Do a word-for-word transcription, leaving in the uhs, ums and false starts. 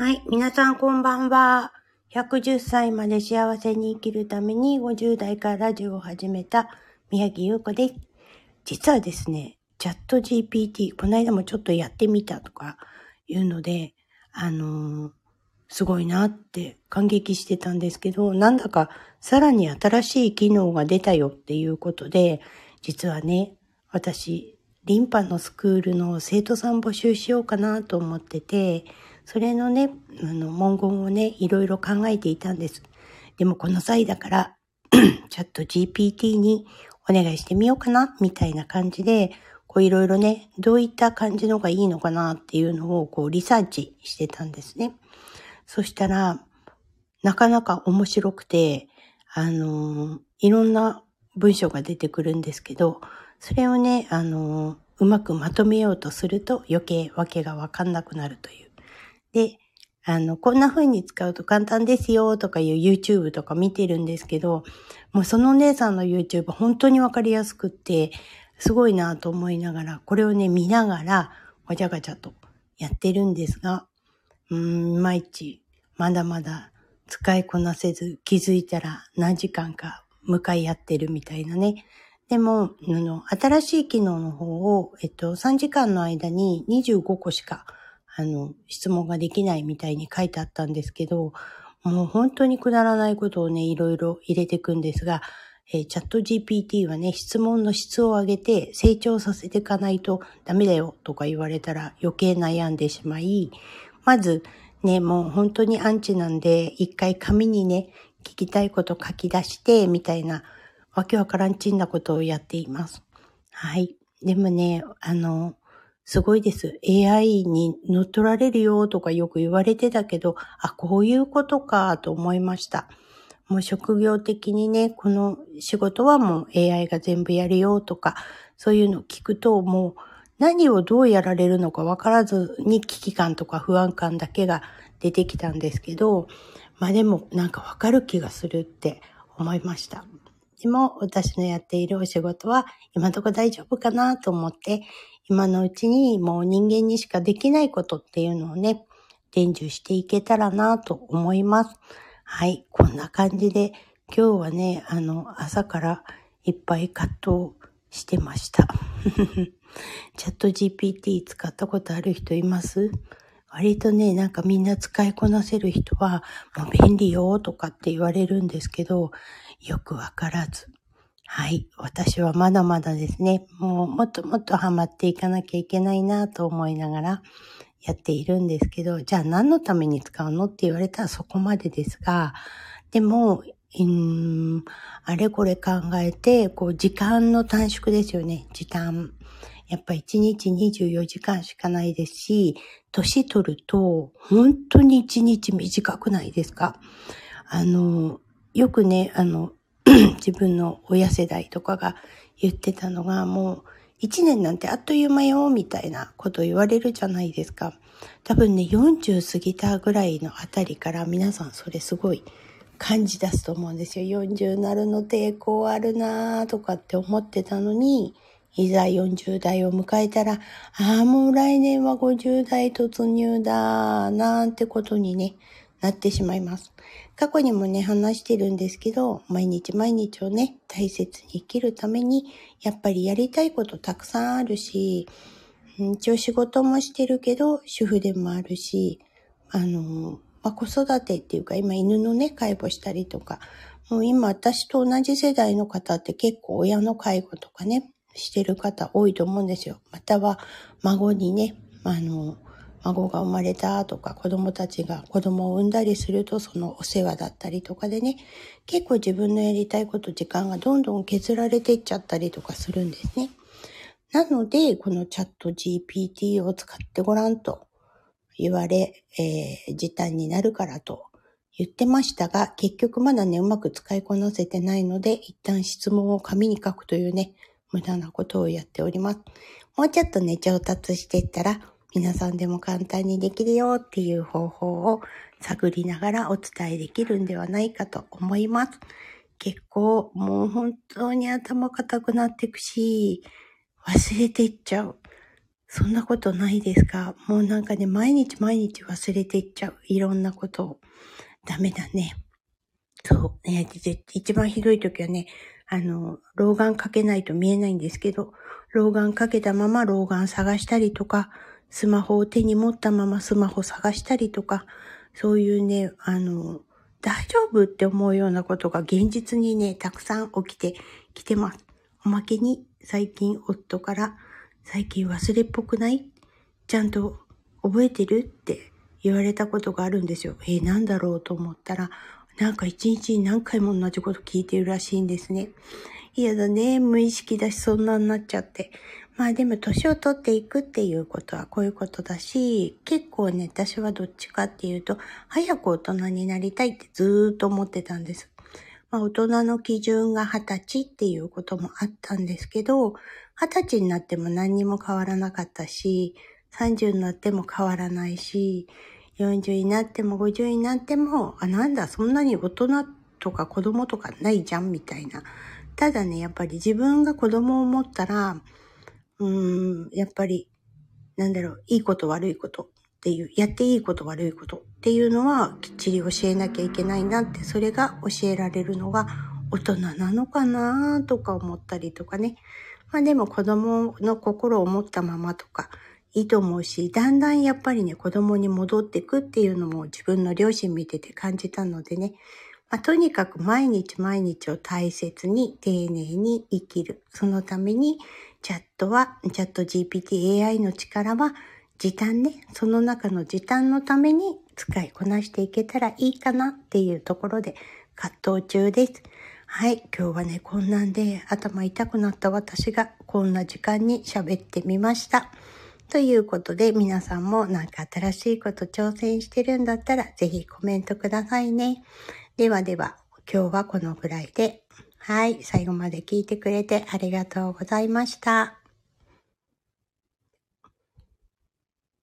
はい。皆さんこんばんは。ひゃくじゅっさいまで幸せに生きるためにごじゅう代からラジオを始めた宮城優子です。実はですね、チャット ジーピーティー、この間もちょっとやってみたとかいうので、あのー、すごいなって感激してたんですけど、なんだかさらに新しい機能が出たよっていうことで、実はね、私、リンパのスクールの生徒さん募集しようかなと思ってて、それのね、あの、文言をね、いろいろ考えていたんです。でもこの際だから、チャット ジーピーティー にお願いしてみようかな、みたいな感じで、こういろいろね、どういった感じのがいいのかなっていうのをこうリサーチしてたんですね。そしたら、なかなか面白くて、あのー、いろんな文章が出てくるんですけど、それをね、あのー、うまくまとめようとすると余計わけがわかんなくなるという。で、あの、こんな風に使うと簡単ですよとかいう YouTube とか見てるんですけど、もうその姉さんの YouTube 本当にわかりやすくって、すごいなと思いながら、これをね、見ながら、ガチャガチャとやってるんですが、うーん、いまいち、まだまだ使いこなせず、気づいたら何時間か向かい合ってるみたいなね。でも、あの、新しい機能の方を、えっと、さんじかんの間ににじゅうごこしか、あの、質問ができないみたいに書いてあったんですけど、もう本当にくだらないことをね、いろいろ入れていくんですが、えー、チャット ジーピーティー はね、質問の質を上げて成長させていかないとダメだよとか言われたら余計悩んでしまい、まずね、もう本当にアンチなんで、一回紙にね、聞きたいこと書き出して、みたいな、わけわからんちんなことをやっています。はい。でもね、あの、すごいです。エーアイ に乗っ取られるよとかよく言われてたけど、あ、こういうことかと思いました。もう職業的にね、この仕事はもう エーアイ が全部やるよとか、そういうのを聞くともう何をどうやられるのか分からずに危機感とか不安感だけが出てきたんですけど、まあでもなんか分かる気がするって思いました。でも私のやっているお仕事は今のところ大丈夫かなと思って、今のうちにもう人間にしかできないことっていうのをね、伝授していけたらなと思います。はい、こんな感じで今日はね、あの朝からいっぱい葛藤してました。チャット ジーピーティー 使ったことある人います？割とね、なんかみんな使いこなせる人は、もう便利よとかって言われるんですけど、よくわからず。はい。私はまだまだですね、もうもっともっとハマっていかなきゃいけないなと思いながらやっているんですけど、じゃあ何のために使うのって言われたらそこまでですが、でも、うーん、あれこれ考えて、こう時間の短縮ですよね、時短。やっぱいちにちにじゅうよじかんしかないですし、年取ると本当にいちにち短くないですか？あの、よくね、あの、自分の親世代とかが言ってたのが、もういちねんなんてあっという間よ、みたいなこと言われるじゃないですか。多分ね、よんじゅう過ぎたぐらいのあたりから皆さんそれすごい感じ出すと思うんですよ。よんじゅうなるの抵抗あるなとかって思ってたのに、いざよんじゅう代を迎えたら、ああ、もう来年はごじゅう代突入だ、なんてことにね、なってしまいます。過去にもね、話してるんですけど、毎日毎日をね、大切に生きるために、やっぱりやりたいことたくさんあるし、一応仕事もしてるけど、主婦でもあるし、あの、まあ、子育てっていうか、今犬のね、介護したりとか、もう今私と同じ世代の方って結構親の介護とかね、してる方多いと思うんですよ。または孫にね、あの、孫が生まれたとか子供たちが子供を産んだりするとそのお世話だったりとかでね、結構自分のやりたいこと時間がどんどん削られていっちゃったりとかするんですね。なので、このチャット ジーピーティー を使ってごらんと言われ、えー、時短になるからと言ってましたが、結局まだね、うまく使いこなせてないので、一旦質問を紙に書くというね、無駄なことをやっております。もうちょっとね、上達していったら、皆さんでも簡単にできるよっていう方法を探りながらお伝えできるんではないかと思います。結構もう本当に頭固くなっていくし、忘れていっちゃう。 そんなことないですか？もうなんかね、毎日毎日忘れていっちゃう。いろんなことを。ダメだね。そう。ね、一番ひどい時はね、あの、老眼かけないと見えないんですけど、老眼かけたまま老眼探したりとか、スマホを手に持ったままスマホ探したりとか、そういうね、あの、大丈夫って思うようなことが現実にね、たくさん起きてきてます。おまけに、最近夫から、最近忘れっぽくない？ちゃんと覚えてる？って言われたことがあるんですよ。えー、なんだろうと思ったら、なんか一日に何回も同じこと聞いてるらしいんですね。嫌だね。無意識だし、そんなになっちゃって。まあでも、年を取っていくっていうことはこういうことだし、結構ね、私はどっちかっていうと、早く大人になりたいってずーっと思ってたんです。まあ、大人の基準が二十歳っていうこともあったんですけど、二十歳になっても何にも変わらなかったし、さんじゅうになっても変わらないし、よんじゅうになってもごじゅうになっても、あ、なんだ、そんなに大人とか子供とかないじゃんみたいな。ただね、やっぱり自分が子供を持ったら、うーん、やっぱり、なんだろう、いいこと悪いことっていう、やっていいこと悪いことっていうのはきっちり教えなきゃいけないなって、それが教えられるのが大人なのかなとか思ったりとかね。まあでも子供の心を持ったままとかいいと思うし、だんだんやっぱりね、子供に戻っていくっていうのも自分の両親見てて感じたのでね。まあ、とにかく毎日毎日を大切に丁寧に生きる。そのためにチャットは、チャット ジーピーティー、エーアイ の力は時短ね、その中の時短のために使いこなしていけたらいいかなっていうところで葛藤中です。はい、今日はね、こんなんで頭痛くなった私がこんな時間に喋ってみました。ということで、皆さんもなんか新しいこと挑戦してるんだったら、ぜひコメントくださいね。ではでは、今日はこのぐらいで、はい、最後まで聞いてくれてありがとうございました。